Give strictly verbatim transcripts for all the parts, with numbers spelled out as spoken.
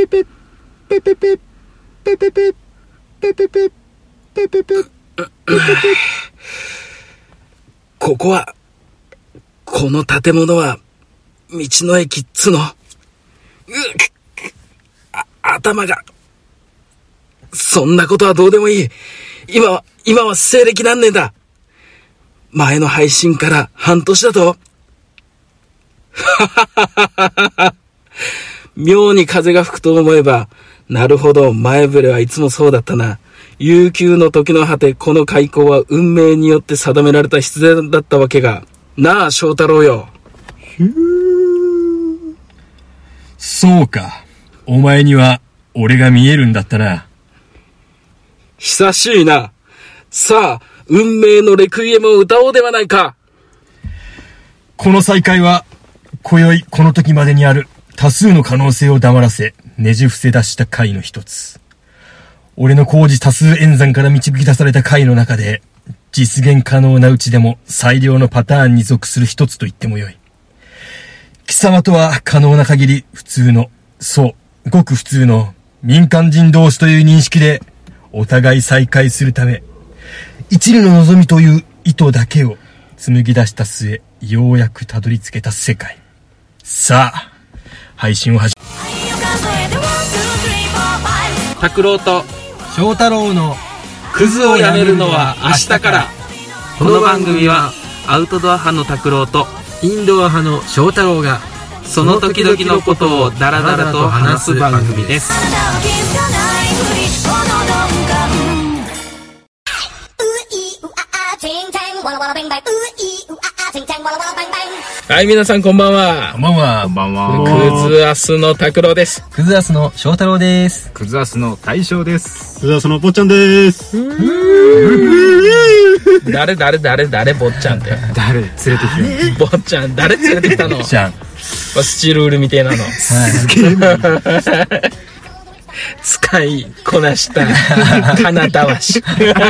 ペペペペペペペペペペペペペペペ。ここは、この建物は、道の駅っつの。うっあ、頭が。そんなことはどうでもいい。今は、今は西暦何年だ。前の配信から半年だと。はははははは。妙に風が吹くと思えば、なるほど、前触れはいつもそうだったな。悠久の時の果て、この開口は運命によって定められた必然だったわけが。なあ、翔太郎よ。 ひゅー。そうか。お前には、俺が見えるんだったな。 久しいな。さあ、運命のレクイエムを歌おうではないか。 この再会は、今宵この時までにある多数の可能性を黙らせ、ねじ伏せ出した回の一つ。俺の工事多数演算から導き出された回の中で、実現可能なうちでも最良のパターンに属する一つと言ってもよい。貴様とは可能な限り普通の、そう、ごく普通の民間人同士という認識で、お互い再会するため、一縷の望みという意図だけを紡ぎ出した末、ようやくたどり着けた世界。さあ、配信を始め、 拓郎と翔太郎のクズをやめるのは明日から。この番組はアウトドア派の拓郎とインドア派の翔太郎がその時々のことをダラダラと話す番組です。はい、皆さんこんばんは。 こんばんは。 こんばんは。 クズアスの拓郎です。 クズアスの翔太郎です。 クズアスの大将です。 クズアスの坊ちゃんです。 誰誰誰誰坊ちゃんって。 誰連れてきた坊ちゃん誰連れてきたの。 ちゃん。 スチールウールみたいなの。 すげえ。使いこなした金たわし。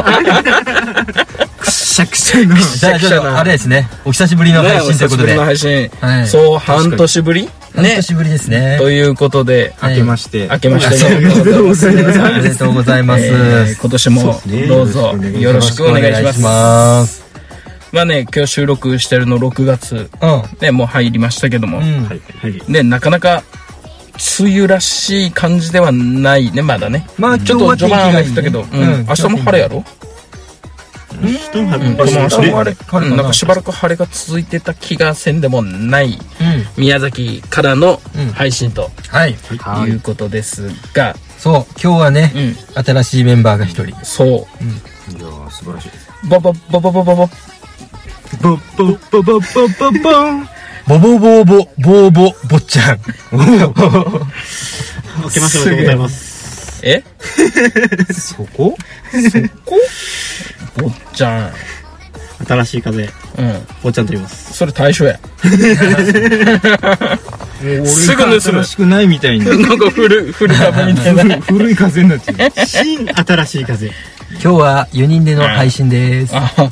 くしゃくしゃの。 じゃあちょっとあれですね。お久しぶりの配信ということで。 ね、お久しぶりの配信。 はい、 そう半年ぶり。ね。 半年ぶりですね。 ということで、 明けまして。 明けましておめでとうございます。 おめでとうございます。 今年もどうぞよろしくお願いします。まあね、今日収録してるのろくがつ。ね、もう入りましたけども。ね、なかなか、梅雨らしい感じではないね、まだね。 まあ、 ちょっと序盤雨降ったけど、明日も晴れやろ？ 明日も晴れ。 明日も晴れ。なんかしばらく晴れが続いてた気がせんでもない、宮崎からの配信ということですが、 そう、今日はね、新しいメンバーが一人。 そう。いやー、素晴らしいです。 ボボボボボボボ。 ボボボボボボボン。 ボボボボボボボちゃん。 明けましておめでとうございます。 え？ そこ？ そこ？ぼっちゃん。 新しい風。うん。ぼっちゃんと言います。 それ対象や。すぐ盗む。 新しくないみたいな。 なんか古い古い風みたいな。 古い風になっちゃう。 新新しい風。 今日はよにんでの配信です。 はい。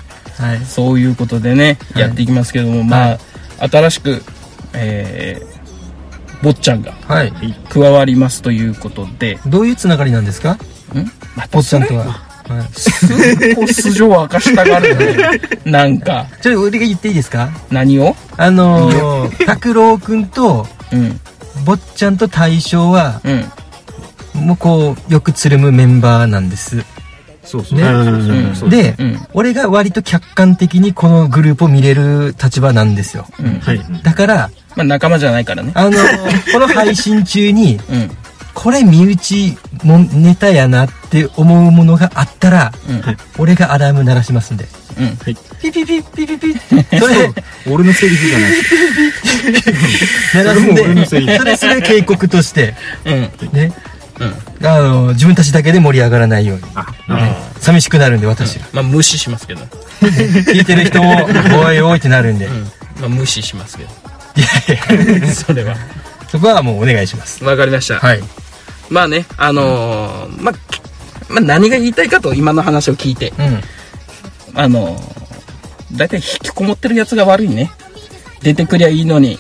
そういうことでね、やっていきますけども、まあ。新しく、えー、坊ちゃんが加わりますということで、 どういうつながりなんですか？ん？坊ちゃんとは。 はい、すごい素性を明かしたがるね。なんか。 ちょっと俺が言っていいですか？ 何を？ あのー、拓郎くんと、うん、坊ちゃんと大将は、うん、もうこう、よくつるむメンバーなんです。 そうそう。 ね、で、うん、俺が割と客観的にこのグループを見れる立場なんですよ。うん、はい。だから、 まあ仲間じゃないからね。 あのー、この配信中に、うん、これ身内のネタやなって思うものがあったら、うん、俺がアラーム鳴らしますんで。うん、はい。ピピピピピピ。それ、 俺のセリフじゃない。 鳴らすんで、それそれ警告として、うん、ね。うん、あの自分たちだけで盛り上がらないように、あね、寂しくなるんで私が、 うん、まあ無視しますけど聞いてる人もおいおいってなるんで、うん、 まあ無視しますけどいやいやそれはそこはもうお願いします。 わかりました。はい。まあねあのー、まあ、まあ何が言いたいかと今の話を聞いて、うん、あのー、だいたい引きこもってるやつが悪いね。出てくりゃいいのに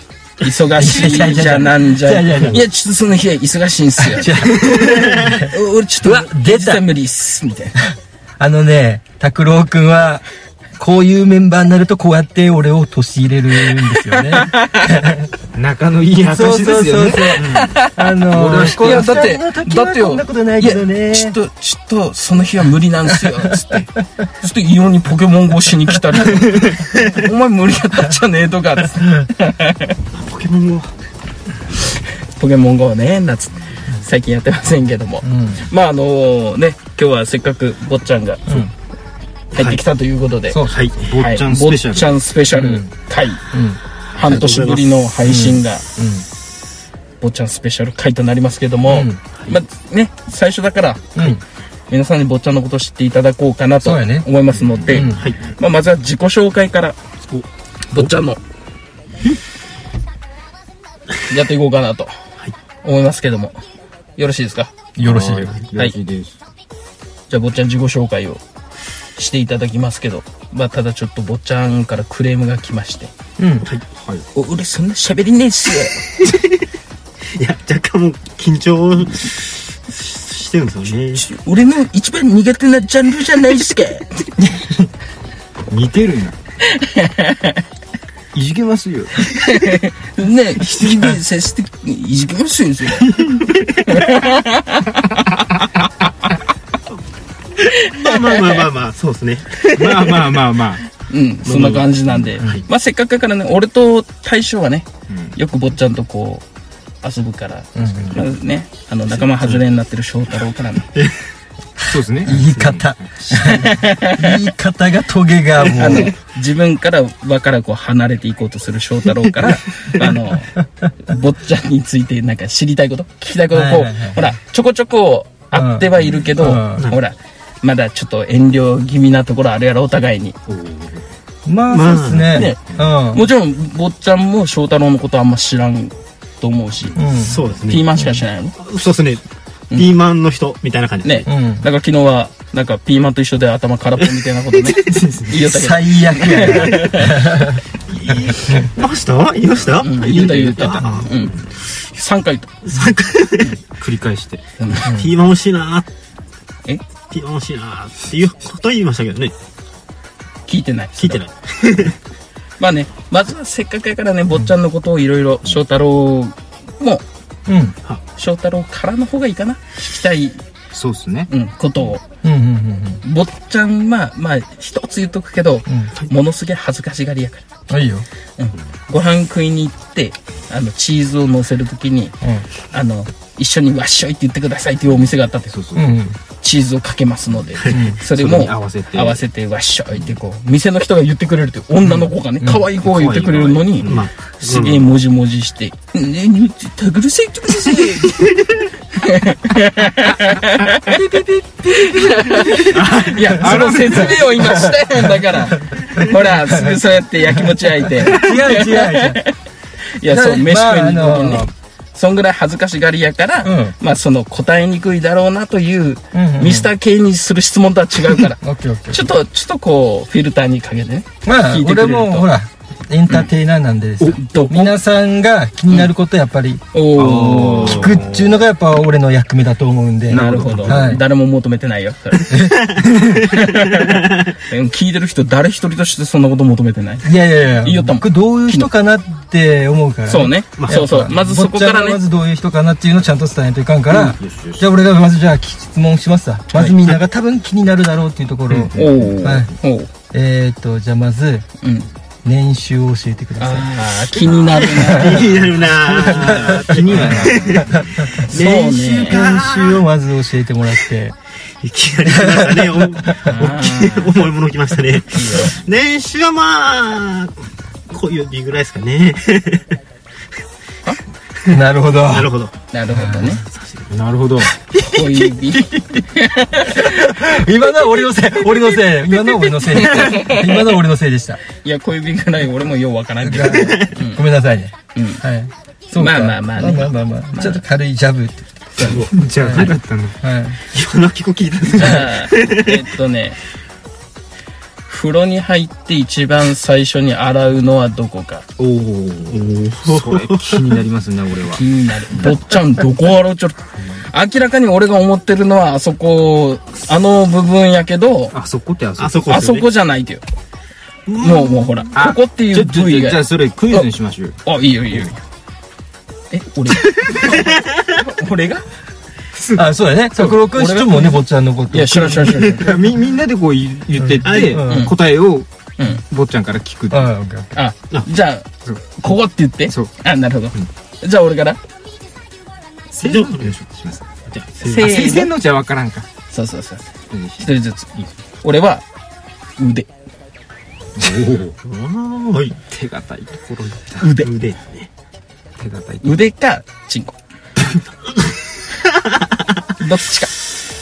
忙しいじゃなんじゃ。 いやいやいやいや、ちょっとその日は忙しいんすよ。俺ちょっと、 うわ出た実は無理っす、みたいな。 あのね、拓郎くんは、こういうメンバーになるとこうやって俺を陥れるんですよね。 仲のいい証ですよね。 あのー、 いや、だって、だってよ、 そんなことないけどね。 いやちょっと、ちょっと、その日は無理なんすよ、つって。ちょっとイオンにポケモン ゴー しに来たりとか。お前無理やったんじゃねえとか、つって。 ポケモン ゴー。 ポケモン ゴー ね、なつって。最近やってませんけども。 うん、 まあ、あのね、今日はせっかく坊ちゃんが入ってきたということで。 そう、 はい。坊ちゃんスペシャル。 坊ちゃんスペシャル回。半年ぶりの配信が、坊ちゃんスペシャル回となりますけども、うん、まあね、最初だから、うん、皆さんに坊ちゃんのことを知っていただこうかなと思いますので、うんうん、まあ、まずは自己紹介から坊ちゃんのやっていこうかなと思いますけども、よろしいですか？ よろしいです。 はい。じゃあ坊ちゃん自己紹介をしていただきますけど、まあ、ただちょっと坊ちゃんからクレームが来まして、 うん、はい、 はい、お俺そんな喋りねえっすよ。 いや、若干もう緊張してるんですよね。 俺の一番苦手なジャンルじゃないっすか。 似てるな。いじけますよ。 ね、一人でさせていじけますよ、それ。 まあまあまあまあまあ、そうですね。 まあまあまあまあ。 うん、そんな感じなんで。まあ、まあ、せっかくからね、俺と大将はね、うん、よく坊ちゃんとこう、遊ぶから、うん、まあね、あの、仲間外れになってる翔太郎からね。 そうですね。 言い方。言い方がトゲがもう。 あの、自分から輪からこう離れていこうとする翔太郎から、あの、坊ちゃんについてなんか知りたいこと、聞きたいことをこう、ほら、ちょこちょこあってはいるけど、うんうん、ほら、まだちょっと遠慮気味なところあるやろ、お互いに。 まあ、そうですね。ね、 うん、もちろん、坊ちゃんも翔太郎のことあんま知らんと思うし、 うん、そうですね。 ピーマンしか知らないの？ そうですね。ピーマンの人みたいな感じね。ね、うん、だから昨日はなんかピーマンと一緒で頭空っぽみたいなことね言いよったけど。 最悪や。 言いました？言いました？ うん、言うた言うた。うん。三回と。 三回繰り返して。 うん、ピーマン欲しいな。 え？ ピーマン欲しいなっていうことは言いましたけどね。 聞いてない。 聞いてない。 まあね、まずはせっかくやからね、坊ちゃんのことをいろいろ翔太郎も。うん、翔太郎からの方がいいかな、聞きたい、 そうですね、 うん、ことを、 うんうんうん、 坊ちゃんはまあ一つ言っとくけど、うん、ものすげえ恥ずかしがりやから、 いいよ、 うん、ご飯食いに行ってあのチーズを乗せるときに、うん、あの一緒にわっしょいって言ってくださいっていうお店があったって、そうそう、うん、チーズをかけますので、うん、それも合わせて合わせてわっしょいってこう店の人が言ってくれるっていう女の子がね、うん、可愛い子が言ってくれるのに、うん、すげえもじもじして「ねえねえたぐるせいってください」いやその説明を今したやんだからほらすぐそうやってやきもち焼いて違う違う違ういやそう飯食いに行く時にね、そんぐらい恥ずかしがりやから、うん、まあその答えにくいだろうなという、うんうん、ミスター系にする質問とは違うからちょっとちょっとこうフィルターにかけてね、 まあ聞いてくれると俺もほらエンターテイナーなんでですよ、うん、皆さんが気になることやっぱり、うん、聞くっちゅうのがやっぱ俺の役目だと思うんで。 なるほど、はい、誰も求めてないよ聞いてる人誰一人としてそんなこと求めてない。 いやいやいや、 言いよったもん。 これどういう人かなって思うから、ね、 そうね、まあ、そうそう、まずそこからねまずどういう人かなっていうのをちゃんと伝えないといかんから、うん、じゃあ俺がまずじゃあ質問しますわ。まずみんなが多分気になるだろうっていうところを、うん、はい、えーっとじゃあまず、うん、年収を教えてください。 あ気になるな気になるな気になるな年収年収をまず教えてもらって。 いきなり来ましたね。重いもの来ましたね。年収はまあ小指ぐらいですかね。 なるほどなるほどなるほどね。 なるほど。 小指今のは俺のせい俺のせい今のは俺のせい今のは俺のせいでした。 いや小指ぐらい俺もようわからんけど、 うん、ごめんなさいね、うん、はい。 そうか、まあまあまあ、ね、 まあまあまあ、まあ、ちょっと軽いジャブってじゃあ何だったの。 はい。今の聞こ聞いたんです。 じゃあえっとね風呂に入って一番最初に洗うのはどこか。 おお。それ気になりますね、俺は。 気になる。坊ちゃんどこ洗うちょっと。明らかに俺が思ってるのはあそこ、あの部分やけど、 あそこってあそこ。 あそこですよね。 あそこじゃないとよ。もうもうほら、ここっていう部位が。 じゃあそれクイズにしましょう。 あ、いいよいいよいいよ。え、俺が俺があ、そうだね。桜くん知ってもね、坊ちゃんのこと。 いや、知らん知らん知らん知らん。 みみんなでこう言ってって答えを坊ちゃんから聞く。 あ、オッケーオッケあ、じゃあ、ここって言って。 そう。 あ、なるほど。じゃあ俺からせーの。 お願いします。 じゃあ、 せーの。 せーのじゃわからんか。 そうそうそう。一人ずつ。俺は、腕。 おお。はい。 手堅いところ行った。 腕。 腕ですね。 手堅い。 腕か、チンコ。どっちか。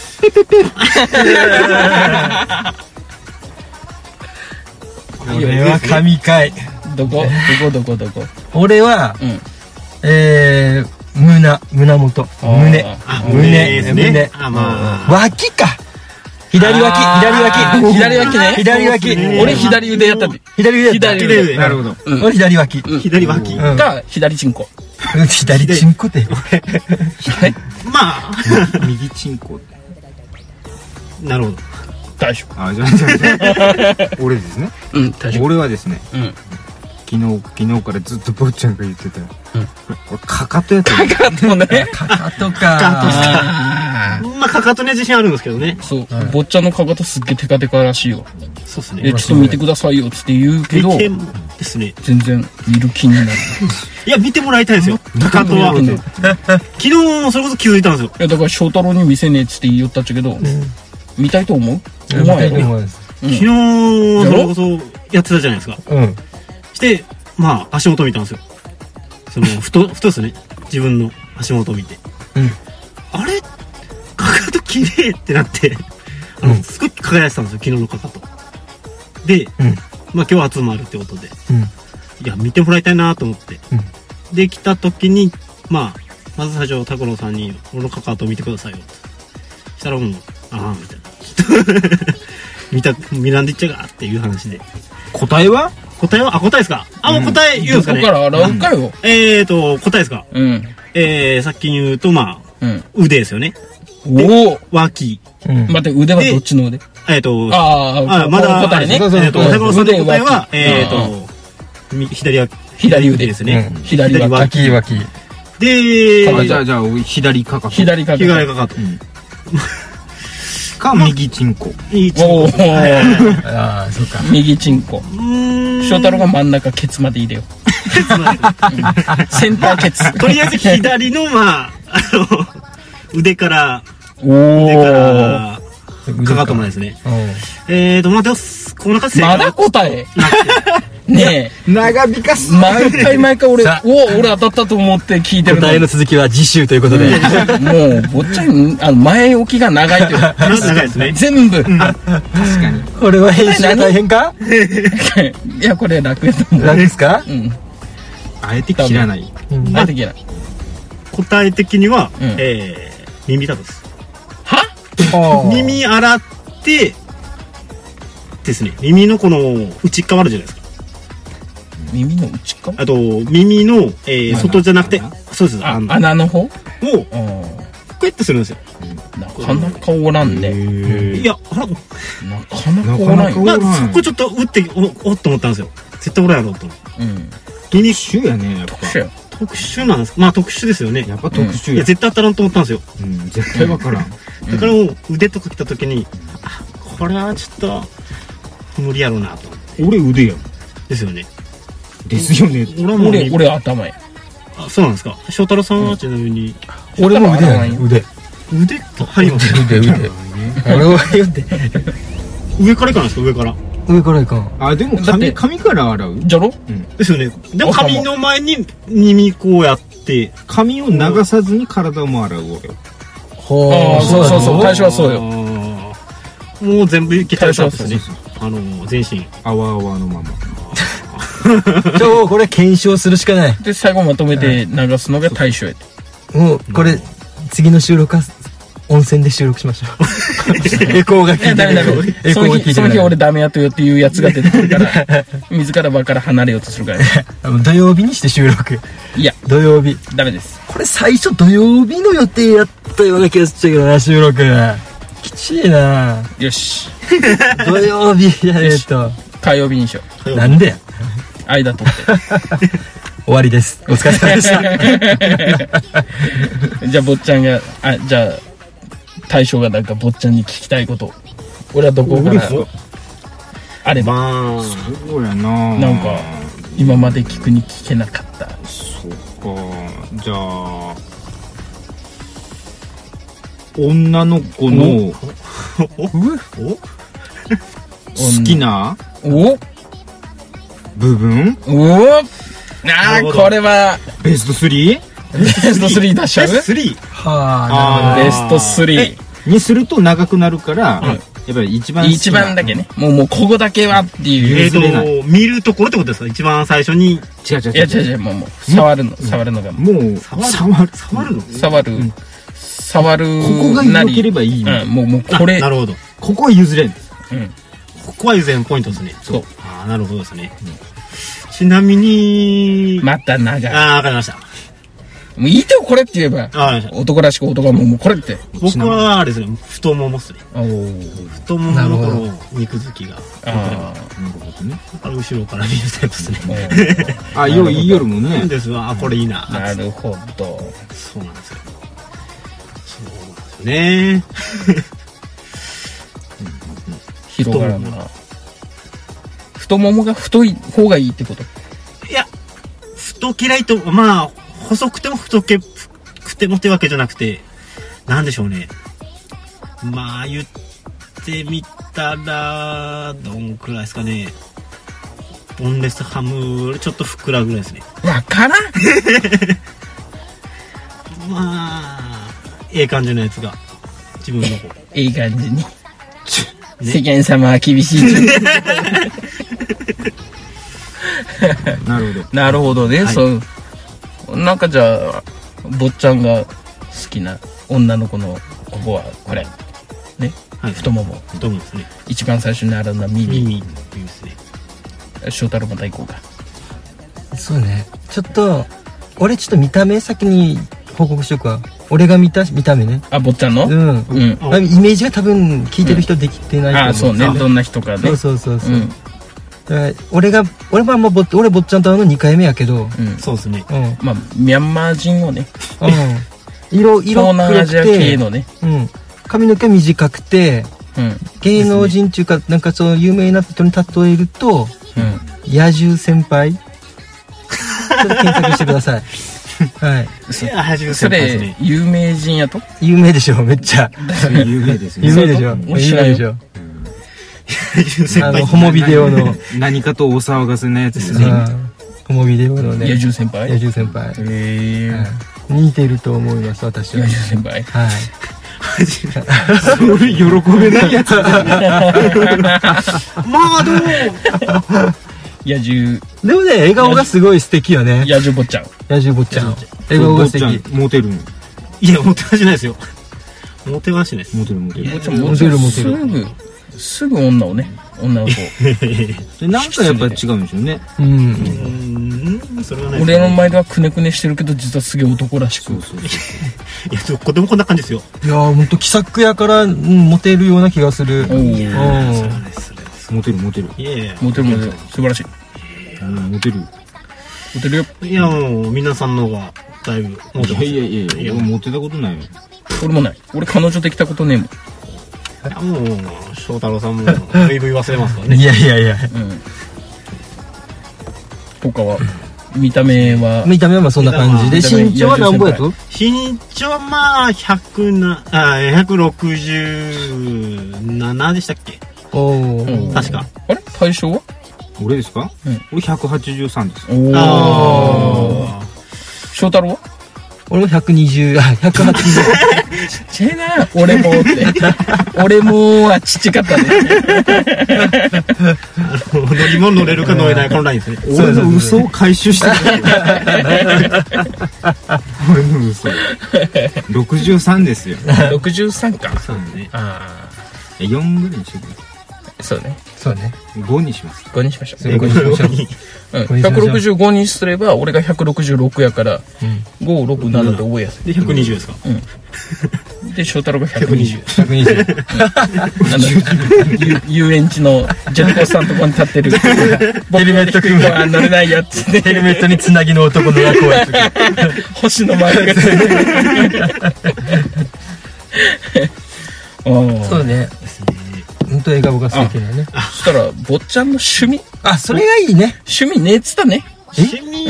俺は神回。 どこどこどこどこ俺は、 うん。 えー、胸、胸元。胸。 あ、 胸ですね。 胸あ、まあ。 脇か。左脇、左脇。 左脇ね。 左脇。 俺左腕やったで。 左腕やった。 左腕。 なるほど。 うん俺左脇。 左脇。 うんか、左チンコ。 左チンコって。 はい。 まあ。 右チンコ。 なるほど。 大丈あ、じゃあじゃあじゃあ俺ですね。 夫。うん、大丈夫。 俺はですね、 うん。 昨日昨日からずっと坊ちゃんが言ってた。 うん俺かかとやったの。 かかとね。 かかとか。 あまあ、かかとね自信あるんですけどね。 ーそう。坊ちゃんのかかとすっげえテカテカらしいよ。え、 そうですね。 ちょっと見てくださいよ、つって言うけど、 見てですね。 全然見る気になる。 いや、見てもらいたいですよ。かかとは。 見て昨日、それこそ気づいたんですよ。 いや、だから翔太郎に見せねえっつって言いよったっちゃけど、見たいと思うお思わへん前よ。 昨日、それこそやってたじゃないですか。 うん。 して、まあ、足元見たんですよ。その、ふと、ふとですね。自分の足元を見て。 うん。 あれかかと綺麗ってなって、あの、すごい輝いてたんですよ、昨日のかかと。で、 うん。 まあ今日は集まるってことで、 うん。 いや、見てもらいたいなと思って。 うんで、来た時に、まあ、まず最初、拓郎さんに、俺のかかと見てくださいよ。したらもう、ああ、みたいな。見た、見らんでいっちゃうかっていう話で。 答えは？ 答えは、あ、答えですか？あ、もう答え言うんですかね？ どこから洗うかよ。 えーと、答えですか？ うん。 えー、さっき言うと、まあ、 うん。 腕ですよね。 おお脇。 うん。 待って、腕はどっちの腕えーと、 ああ、 あ、まだ、 答えね。 えーと、 うん拓郎さんの答えは、 腕えー脇と、み左脇。 左腕ですね。 うん左脇。 脇脇。 で、 あ、じゃあじゃあ左かかと。 左か。 左かかと。 か右チンコ。 いいチンおおコ。はいはいはいああ、そうか。 右チンコ。 うーん翔太郎が真ん中ケツまで入れよう。センターケツ。 とりあえず左の、まあ、あの、腕から、 お腕かお。 ら、かかとまでですね。 うん。 えーと、待ってよ、この中でまだ答えなってね長引かす。 え、毎回毎回俺、 さあお俺当たったと思って聞いてるの答えの続きは次週ということで。 もう、坊ちゃん、あの、前置きが長いという。 長いですね。 全部。 確かに。 これは編集が大変か？ いや、これ楽やと思う。 何ですか？ うん。 あえて切らない。 うん出てきない。 答え的には、 うんえー、耳たぶです。 は耳洗って、ですね。耳のこの内側あるじゃないですか。 耳の内側あと、耳の、えー、 まあ外じゃなくてまあ、 そうです。 ああ、の、 穴の方を、こうん。 うやってするんですよ。 なかなかおらんね。 いや、あら、 なかなかおらんなかよ。 まあ、 なかそこちょっと打って、お、おっと思ったんですよ。絶対俺やろうと思って。 うん。 耳、 特殊やね、やっぱ。 特殊や。 特殊なんです。まあ特殊ですよね。 やっぱ特殊いや、 や。 絶対当たらんと思ったんですよ。 うん、絶対わからん。 だからもう腕とか来た時に、あ、これはちょっと、無理やろうなと。 俺腕やん。 ですよね。 ですよね。 俺はもう、 俺、俺頭や。 あ、そうなんですか。翔太郎さんはちなみに、 俺も腕やね。腕。 腕と針を、 腕、腕。俺は腕。 上からいかないですか、上から。 上からいかん。 あ、でもだって髪、髪から洗うじゃろですよね。でも髪の前に耳こうやって、 髪を流さずに体も洗う俺。 ほああ、そうそうそう。 う。 最初はそうよ。 あーもう全部いけたりしたんですよねそう。 あの、全身。 あわあわのまま。 今日これ検証するしかない。 で、最後まとめて流すのが対処やで。 もう、これ、次の収録は、 温泉で収録しましょう。エコーが効いてる。 ダメダメ。 エコーが効いてる。 その日俺ダメやとよっていうやつが出てくるから、自ら場から離れようとするからね。 土曜日にして収録。 いや、 土曜日。 ダメです。 これ最初土曜日の予定やったような気がするけどな、収録。きちいな。 よし。 土曜日やねえと。 火曜日にしよう。なんでや。 間取って。 終わりです。お疲れ様でした。 じゃあ坊ちゃんが、あ、じゃあ、大将がなんか坊ちゃんに聞きたいこと。俺はどこからあれば。 まあ、そうやな。 なんか、今まで聞くに聞けなかった。 そうか。じゃあ、女の子の好きなお部分おああ、これはベスト スリー？ ベストスリー出しちゃう？ ベストスリー？ はあ、ベストスリーにすると長くなるから、うん、やっぱり一番一番だけね、もうもうここだけはっていう、 えーと見るところってことですか？一番最初に。 違う違う違う。 いや違う違う、もうもう触るの、触るのがもう触る触るの触る触る。 ここが良ければいいね。もうもうこれ。 なるほど。 ここは譲れん。うん。 ここは譲れんポイントですね。 そう。 ああ、なるほどですね。ちなみに。 また長い。 ああ、わかりました。 もういいとこれって言えば。男らしく男はもうもうこれって。 僕はあれですね、太ももっすね。 お太もものこの肉付きが。 ああ。 なるほどね。 後ろから見るタイプですね。 あ、よう言いよるもんね。 ですわ。あ、これいいな。 なるほど。 そうなんですよ。そうなんですよね。 広がらんな。太ももが太い方がいいってこと？ いや、太嫌いと、まあ、細くても太けくてもってわけじゃなくて、なんでしょうね。まあ、言ってみたら、どんくらいですかね。ボンレスハムよりちょっとふっくらぐらいですね。 わからんまあ、ええ感じのやつが、自分の方。 いい感じに。世間様は厳しい。 なるほど。 なるほどね。はい、そう。なんかじゃあ、坊ちゃんが好きな女の子のここはこれ。ね。はい、太もも。 太ももですね。 一番最初にあるのは耳。 耳ですね。 翔太郎また行こうか。 そうね。ちょっと、俺ちょっと見た目先に報告しとくわ。俺が見た見た目ね。 あ、坊ちゃんの？ うん。うん。イメージが多分聞いてる人できてないと思う。 あ、そうね。どんな人かね。 そうそうそうそう。俺が、俺はもう、俺坊ちゃんと会うのにかいめやけど。 そうですね。 うん。まあ、ミャンマー人をね。 うん。色、色東南アジア系のね。 うん。髪の毛短くて、うん。芸能人っていうか、なんかそう有名な人に例えると、うん。野獣先輩。ちょっと検索してください。はい。 それ、有名人やと？ 有名でしょ、めっちゃ。 有名ですね。 有名でしょ。有名でしょ。あの、ホモビデオの。 何かとお騒がせなやつですね。 ホモビデオのね。 野獣先輩？ 野獣先輩。へー。似てると思います、私は。 野獣先輩？ はい。 それ喜べないやつだ。 まあ、どう野獣。 でもね、笑顔がすごい素敵よね。 野獣坊ちゃん。 野獣坊ちゃん。笑顔が素敵。 モテるの？ いや、モテはしないですよ。モテはしないです。 モテるモテる。 モテるモテる。 すぐ、すぐ女をね、女の子。 なんかやっぱり違うんでしょうね。 うん。 うん。それはね。 俺の前ではくねくねしてるけど、実はすげえ男らしく。 いや、どこでもこんな感じですよ。 いやー、ほんと気さくやから、モテるような気がする。 いやー、それはないです。 モテるモテる。 いやいや。 モテるモテる。素晴らしい。 モテる。 モテるよ。 いや、もう、皆さんの方が、だいぶ、 モテます。いやいやいや、俺モテたことないよ。 俺もない。俺彼女できたことねえもん。 いや、もう、翔太郎さんも、ブイブイ忘れますからね。 いやいやいや。 うん。他は、見た目は。 見た目はまあそんな感じで、身長は何ぼやと？ 身長はまあ、ひゃくな、あ、ひゃくろくじゅうななでしたっけ？ おー。 確か。 あれ対象は？ 俺ですか？ うん。 俺ひゃくはちじゅうさんです。 おー。翔太郎は？ 俺もひゃくにじゅう、あ、ひゃくはちじゅう。 ちっちゃいな、俺もって。俺もはちっちゃかったね。 なるほど。 乗り物乗れるか乗れないかのラインですね。 俺の嘘を回収してくれる。俺の嘘。ろくじゅうさんですよ。 ろくじゅうさんか。 そうね。 あよんぐらいにしてくあ、そうね。 そうね。 れ。ごにします。 ごにしましょう。 ごにしましょう。 うん。ひゃくろくじゅうごにすれば、俺がひゃくろくじゅうろくやから、ご、ろく、ななで覚えやすい。 で、ひゃくにじゅうですか。 うん。で、翔太郎がひゃくにじゅう。 ひゃくにじゅう。 遊園地のジェットコースターのとこに立ってる。ヘルメット君が乗れないやつで。 ヘルメットにつなぎの男の役をやってる。 星の周りがついてる。 そうね。本当映画僕が好きなね。 そしたら、坊ちゃんの趣味あ、それがいいね。 趣味ねえっつったね。 趣味、い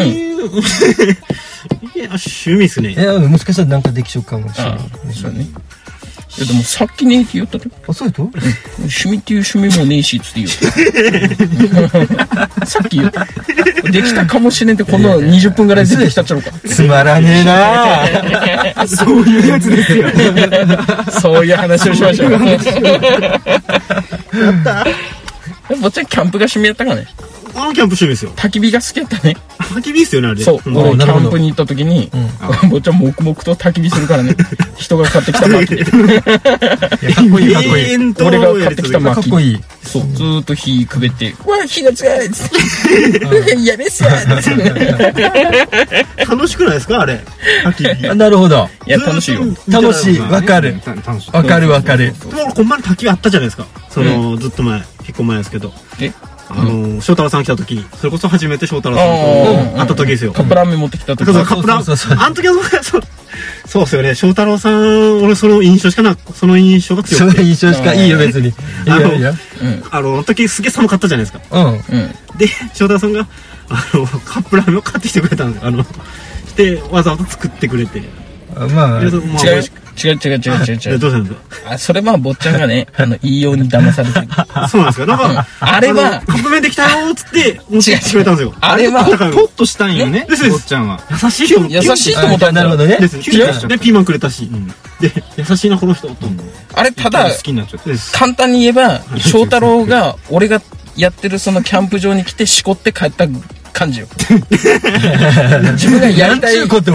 や、趣味っすね。 いや、もしかしたらなんかできしょうかもしれない。 そうね。いや、でもさっきねえって言ったね。 あ、そうやと趣味っていう趣味もねえし、つって言う。さっき言った。できたかもしれんって、このにじゅっぷんぐらいでできたっちゃろうか。 つまらねえなぁ。 そういうやつですよ。 そういう話をしましょう。やったぼっちゃんキャンプが趣味やったかね。 あのキャンプ趣味ですよ。 焚き火が好きやったね。 焚き火っすよね、あれ。 そう。 ん俺、キャンプに行った時に、ぼっちゃん黙々と焚き火するからね。人が買ってきた薪。 かっこいい、かっこいい。 永遠と俺が買ってきたかっ薪。 こいい。 そう。ずーっと火くべって、うわ、火が強いっつって。やべっすわっつって。 楽しくないですかあれ。焚き火。 あ、なるほど。 いや、楽しいよ。 楽しい。わかる。 楽しい。 わかるわかる。 でも、こんまに焚き火あったじゃないですか。その、ずっと前、結構前ですけど。 えあの、翔太郎さん来た時に、それこそ初めて翔太郎さんと会った時ですよ。 カップラーメン持ってきた時そうそう、カップラそうそうそうー、あの時はそう、そうっすよね。翔太郎さん、俺その印象しかな、その印象が強くて。 その印象しかいいよ、別に。いいよ、いいよ。 あの、あの時すげえ寒かったじゃないですか。 うん。 うん。 で、翔太郎さんが、あの、カップラーメンを買ってきてくれたんですよ。あの、して、わざわざ作ってくれて。 まあ、 でそまあ違う、違う違う違う違う違でう。 どうしたんですかあ、それは坊ちゃんがね、あの、いいように騙されてる。 そうなんですかなんか、 あれはのカップ麺できたよーっつって、持ってきてくれたんですよ。 あれは、 ポッとしたんよね、 ですです坊ちゃんは。 優しいと思って。 優しいと思ったんだよ。 なるほどね。 です。で、ピーマンくれたし。で、優しいな、この人、と。 あれ、ただ好、きになっちゃった。 です。 簡単に言えば、翔太郎が、俺がやってるそのキャンプ場に来て、しこって帰った感じよ。自分がやりたい。 なんちゅうことを。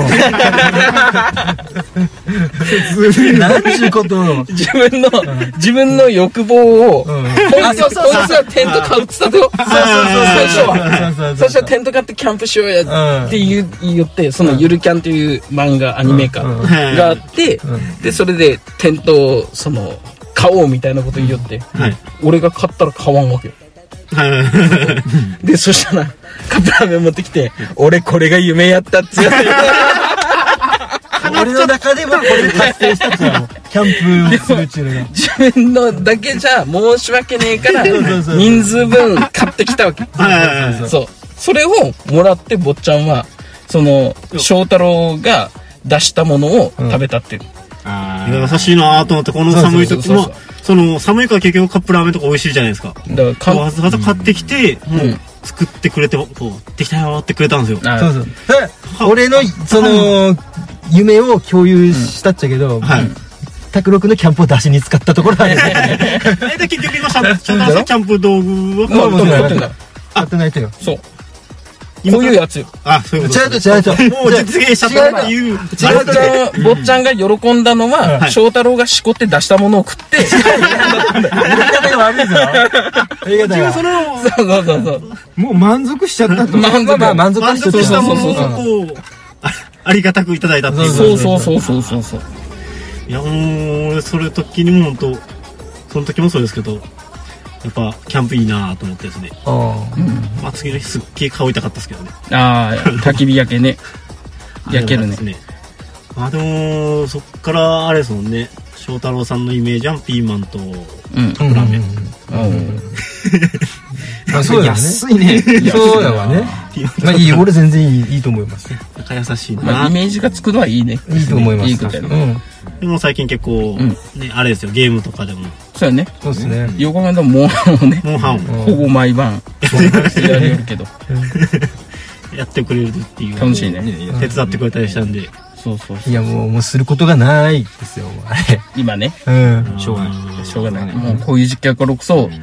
なんちゅうことを。 自分の、自分の欲望を、こいつは、こいつはテント買うって言ったよ。最初は。最初はテント買ってキャンプしようやって言う言って、そのゆるキャンっていう漫画、アニメ化があって、で、それでテントを、その、買おうみたいなこと言いよって、俺が買ったら買わんわけよ。で、そしたら、カップラーメン持ってきて、俺これが夢やったって言って。 俺の中でもこれ達成したっちゃう。キャンプするっちゅうのが。 自分のだけじゃ申し訳ねえから、人数分買ってきたわけ。そう。それをもらって坊ちゃんは、その、翔太郎が出したものを食べたっていう。 いや優しいなと思って、この寒い時も、その、寒いから結局カップラーメンとか美味しいじゃないですか。 だからわざわざ買ってきて、もう、作ってくれて、こう、できたよってくれたんですよ。 そうそう。俺の、その、夢を共有したっちゃけど、拓郎くんのキャンプを出しに使ったところある。 え、で、結局今、翔太郎さんキャンプ道具は買ってない。 買ってないとよ。 そう。こういうやつよ。 あ、そういうこと。 違うと違うと。 もう実現しちゃったっていう。 坊ちゃん、坊ちゃんが喜んだのは、翔太郎がしこって出したものを食って、 言い方が悪いぞ。言い方が。 それを、 そうそうそうそう。 もう満足しちゃったと。 満足。 まあ満足満足したものをこう、ありがたくいただいたっていう。 そうそうそうそうそうそう。 いや、もう、俺、それ時にも本当、その時もそうですけど、やっぱ、キャンプいいなと思ってですね。まあ、次の日すっげえ顔痛かったですけどね。 ああ、焚き火焼けね。焼けるね。 あ、でも、そっからあれですもんね。翔太郎さんのイメージはピーマンとカップラーメン。 まあそうだね。 安いね。 そうだわね。まあいい、俺全然いい、いいと思います。 なんか優しいな。 まあイメージがつくのはいいね。 いいと思います。 いいことやね。 でも最近結構、ね、あれですよ、ゲームとかでも。 そうやね。 そうですね。 横浜でもモンハンをね。 モンハンを。 ほぼ毎晩、やりよるけど。 やってくれるっていう。 楽しいね。 手伝ってくれたりしたんで。 そうそういやもう、もうすることがないですよ、あれ。 今ね。 うん。 しょうがない。 しょうがない。もうこういう時期やからこそ、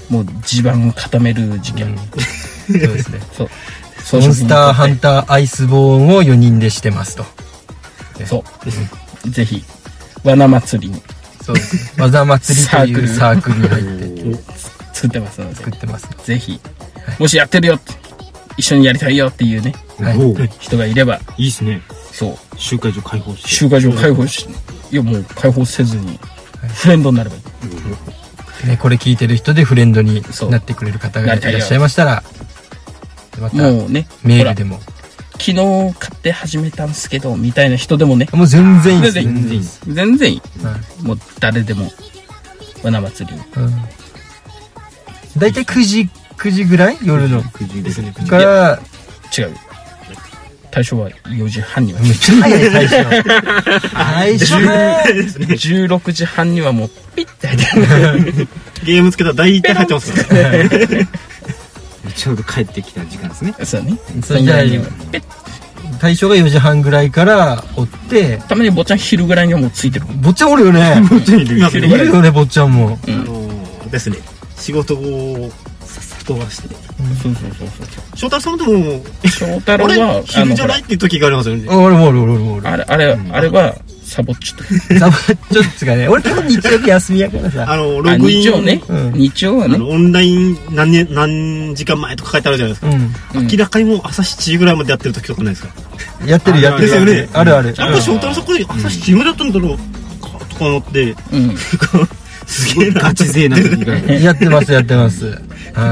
もう地盤を固める事件、 うん、そうですねそうモンスターハンターアイスボーンをよにんでしてますと。 そう、うん、ぜひ罠祭りにそうですね技祭りというサークルに入って作ってますので作ってます、ね、 ぜひ、はい、もしやってるよって一緒にやりたいよっていうね、 はい、 人がいればいいですね。 そう集会所開放して集会所開放し、いやもう開放せずにフレンドになればいい、 うんね、これ聞いてる人でフレンドになってくれる方がいらっしゃいましたらまたもうねメールでも昨日買って始めたんすけどみたいな人でもねもう全然いいです全然いい全然いい、はい、もう誰でも罠祭りに、うん、 だいたいくじくじぐらい夜のくじですねから違う対象はよじはんにはめっちゃ早い対象最初じゅうろくじはんにはもうピッて入ってゲームつけたら大体入ってますからねちょうど帰ってきた時間ですね。 そうね。 それじゃあ対象がよじはんぐらいから追ってたまに坊ちゃん昼ぐらいにはもうついてる。 坊ちゃんおるよね。 坊ちゃんいる。 いるよね坊ちゃんも。 あのですね仕事をさっさと終わらして。 そうそうそうそう。 翔太さんでも翔太郎は昼じゃないっていう時がありますよね。 あれもあるあるあるあれあれあれはサボっちょっと。 サボっちょっとがね。俺多分日曜日休みやからさ。 あのログイン日曜ね。日曜はね。 オンライン何年何時間前とか書いてあるじゃないですか。明らかにもう朝しちじぐらいまでやってる時とかないですか。 やってるやってるですよね。 あるある。 なんか翔太郎さんこれ朝しちじぐらいだったんだろうかとか思って。すげえガチ勢な時がやってますやってます。はい。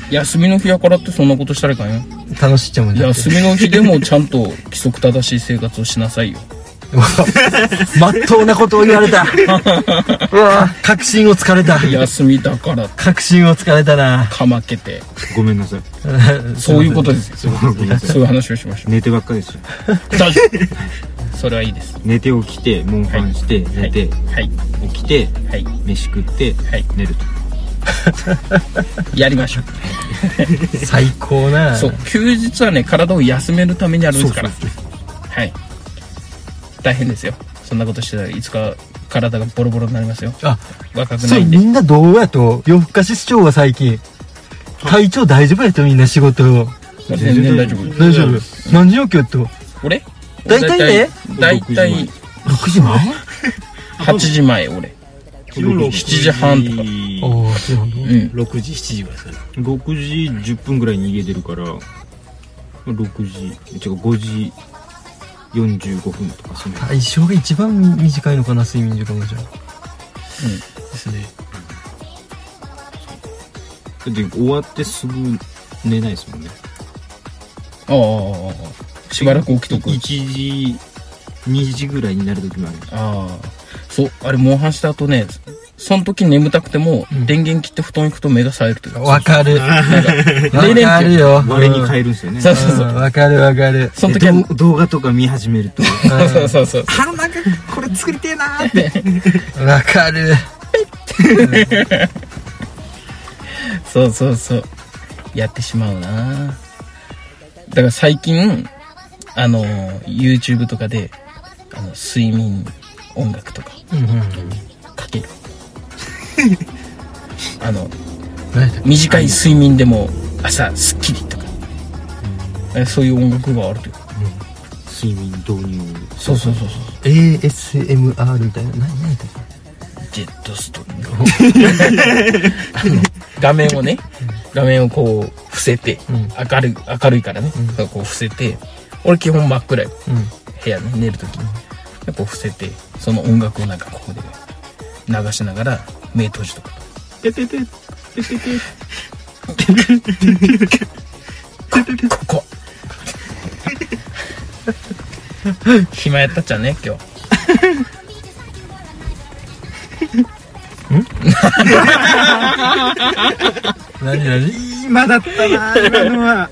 休みの日やからってそんなことしたらいかんよ。 楽しっちゃうんだ。 休みの日でもちゃんと規則正しい生活をしなさいよ。 まっとうなことを言われた。うわ確信をつかれた。 休みだから確信をつかれたな。 かまけてごめんなさい。 そういうことですよ。そういう話をしましょう。 寝てばっかですよ。 大丈夫。それはいいです。 寝て起きてモンハンして寝て起きて飯食って寝るとやりましょう。最高な。 そう休日はね体を休めるためにあるんですから。はい。大変ですよ。そんなことしてたらいつか体がボロボロになりますよ。 あ、 若くないんで。 みんなどうやと夜更かし市長は最近体調大丈夫やとみんな仕事を。 全然大丈夫。 大丈夫。何時起きよっと。 俺？ 大体ね。 大体ろくじまえ？ はちじまえ俺。しちじはんとか。 ああ、そうなんだ。 うん。 ろくじしちじぐらいですね。 ろくじじゅっぷんぐらいに家出るからろくじ違うごじよんじゅうごふんとかその対象が一番短いのかな睡眠時間がじゃあ。うんですね。 だって終わってすぐ寝ないですもんね。 ああしばらく起きとく。 いちじにじぐらいになる時もある。 ああそうあれモンハンした後ねその時眠たくても、うん、電源切って布団行くと目が冴えるというか。 わかる。わかるよ。 我に変えるんですよね。 そうそうそう。 わかるわかる。 その時は動画とか見始めると。 そうそうそう。 あなんかこれ作りてえなーって。 わかる。 そうそうそう。やってしまうな。だから最近あの YouTube とかであの睡眠音楽とかかける。あの短い睡眠でも朝スッキリとか、うん、そういう音楽があるというか、 うん、睡眠導入。 そうそうそうそう。 エーエスエムアール みたいな何何だっけ。ジェットストリーム。画面をね、画面をこう伏せて、うん、明るい明るいからね、うん、こう伏せて、俺基本真っ暗よ、うん、部屋ね寝るときに、うん、こう伏せてその音楽をなんかここで流しながら目閉じとくと。 ててててててここ暇やったっちゃね今日。 何何今だったな今のは。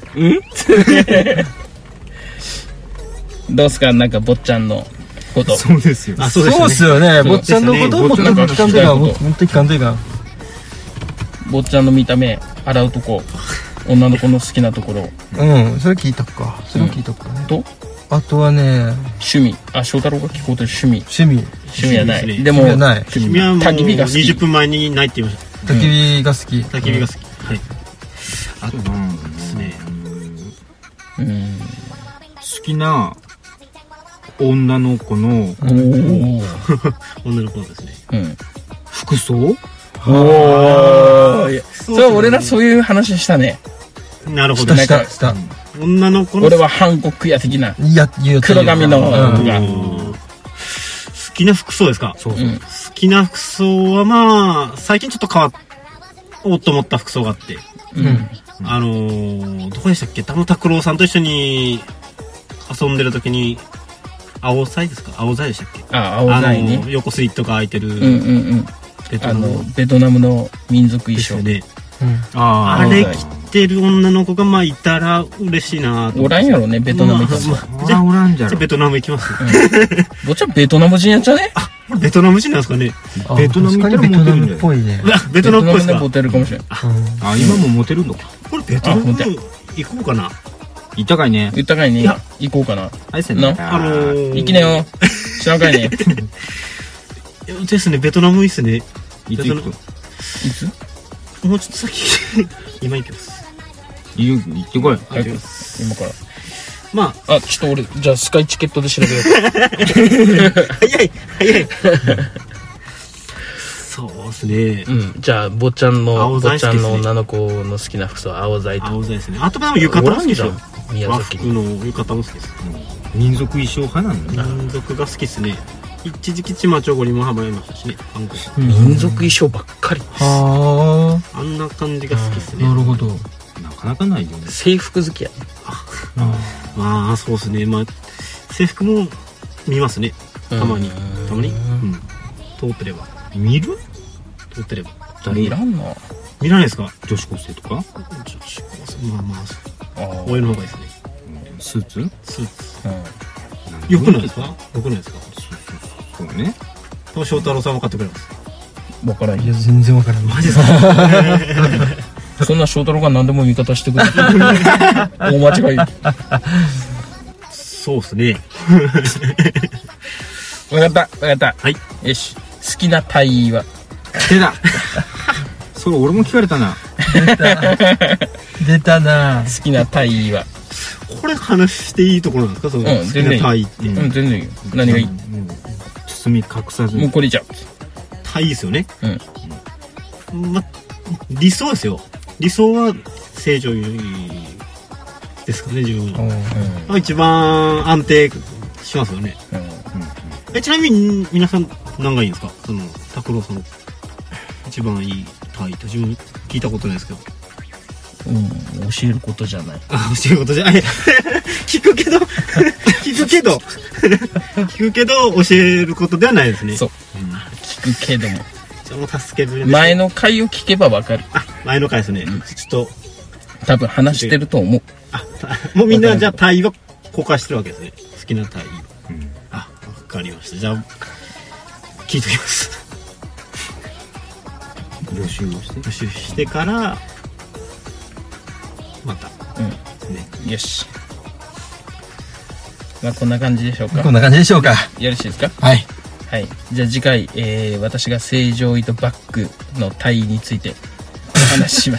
どうすかなんか坊ちゃんのこと。 そうですよ。 あそうですよね。そうっすよね。坊ちゃんのこともっと聞かんといかん。もっと聞かんといかん。 坊ちゃんの見た目洗うとこ女の子の好きなところ。 うんそれ聞いたか。それ聞いたかね。 とあとはね趣味。あ翔太郎が聞こうと趣味。 趣味趣味はない。でも趣味はない。 趣味はもうにじゅっぷんまえにないって言いまし焚き火が好き。 焚き火が好き。はい。あとなんですね。 うん。 好きな女の子のおー。 女の子ですね。 うん。 服装。 おー。いやそれは俺らそういう話したね。 なるほど。 したした。 女の子の。 俺は韓国や的な。 いや、言うと黒髪の子が。 好きな服装ですか？ そうそう。 うん。 好きな服装はまあ、最近ちょっと変わおうと思った服装があって。 うん。 あのー、どこでしたっけ？玉拓郎さんと一緒に遊んでる時に、青菜ですか？青菜でしたっけ？ あ、青菜あのね。 横スリットが開いてる。 うんうんうん。あの、ベトナムの民族衣装。 ですよね。 ああれ着てる女の子がまあいたら嬉しいなと。 おらんやろね、ベトナム人。 まあまあじゃあ、 おらんじゃろじゃあベトナム行きます。 ぼっちゃんベトナム人やっちゃね？ ベトナム人なんですかね？ あベトナム行ったら確かにベトナモテるんじゃないムっぽいね。 うわベトナムっぽいですか？ ベトナムでモテるかもしれん。 あ、今もモテるのか。 これベトナムあほんとや行こうかな。 行ったかいね。 言ったかいねいや。 行こうかな。 あれせんなあのー、 行きなよ。知らんかいね。 いやですね、ベトナムいいっすね。 いつ行くと。 いつ？ もうちょっと先、今行きます。 行ってこい。 早く今から。 まあ、ちょっと俺、じゃあスカイチケットで調べようか。 あ、早い、早い。そうですね。 うん。じゃあ、坊ちゃんの、 青坊ちゃ材好きっすねんの女の子の好きな服装は青材と。 青材ですね。あとでも浴衣も好きですよ。 宮和崎に。 服の浴衣も好きです。 民族衣装派なんだね。 民族が好きですね。一時期チマチョゴリもハマりましたしね、韓国。 民族衣装ばっかり。 はあんな感じが好きですあ、 ね。 なるほど。 なかなかないよね。 制服好きやね。 まあ、そうですね。まあ、制服も見ますね。たまに。たまに。うん。通ってれば。 見る？ 通ってれば。 いらんな。 見らないですか？ 女子高生とかまあまあ、 ああ。 親の方がいいですね。 スーツ？ スーツ。 うん。 よくないですか？よくないですか？ そうね。 と翔太郎さんも買ってくれます。 わからんいや、全然わからん。 マジですか？ そんな翔太郎が何でも味方してくれる。大間違い。 そうですね。 わかった、わかった。 はい。 よし。好きな体位は？ 手だ。それ俺も聞かれたな。 出たな。 好きな体位は？ これ話していいところなんですか？そのうん好きなタイって。 うん、全然いいよ。何がいい？ 包み隠さず。 もうこれじゃん。 タイですよね。 うん。 ま、理想ですよ。理想は正常ですかね、自分は。まあ一番安定しますよね。え、ちなみに皆さん何がいいんですか？その拓郎さん一番いいタイって自分聞いたことないですけど。 うん、教えることじゃない。 あ、教えることじゃない。聞くけど聞くけど聞くけど教えることではないですね。 そう。聞くけども。 じゃあもう助ける。 前の回を聞けばわかる。 あ、前の回ですね。ちょっと多分話してると思う。 あ、もうみんなじゃあタイは公開してるわけですね。好きなタイ。うん、あ、わかりました。じゃあ聞いときます。 予習をして予習してからまた。 うん。 ね。 よし。まあこんな感じでしょうか。 こんな感じでしょうか。 よろしいですか？ はい。 はい。じゃあ次回、えー、私が正常位とバックの体位についてお話しします。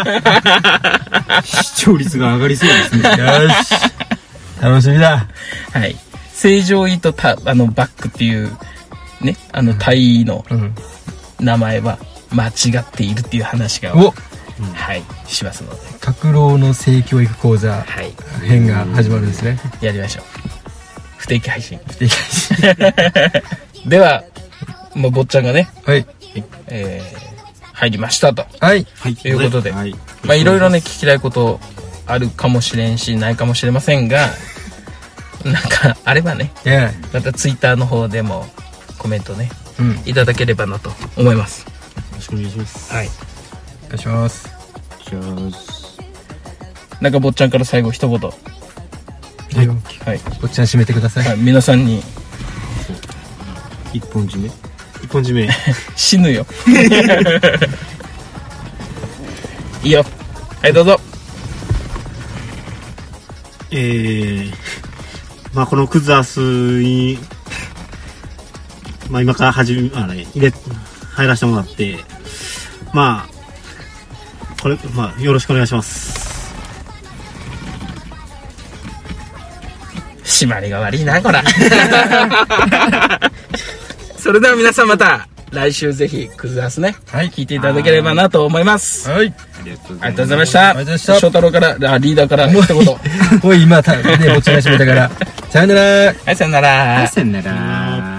視聴率が上がりそうですね。 よし。楽しみだ。 はい。正常位とた、あの、バックっていう、ね、あの、体位のうん。 名前は間違っているっていう話が、 お、 はい、しますので、 拓郎の性教育講座はい、 編が始まるんですね。 やりましょう。不定期配信。 不定期配信。 では、もう坊ちゃんがね、 はい。 えー、入りましたと。 はい。 はい。 ということで、 はい。 まあいろいろね聞きたいことあるかもしれんしないかもしれませんが、なんかあればね、 いや。 またツイッターの方でもコメントねうん。 いただければなと思います。 よろしくお願いします。 はい。 お願いします。 じゃあ、 なんか坊ちゃんから最後一言。 はい。 はい。 おっちゃん締めてください。 はい、皆さんに一本締め。 一本締め。 死ぬよ。いいよ。はいどうぞ。 えー、まあこのクズアスに、まあ今から始め、あれ、入れ、入らせてもらって、 まあこれまあよろしくお願いします。 締まりが悪いなこらそれでは皆さんまた来週ぜひクズダンスね、はい、聞いていただければなと思います。 はい、 ありがとうございました。 ありがとうございました。 翔太郎からあリーダーから一言おい今たねぼっちが閉めたからさよなら。 はい、さよなら。 はい、さよなら。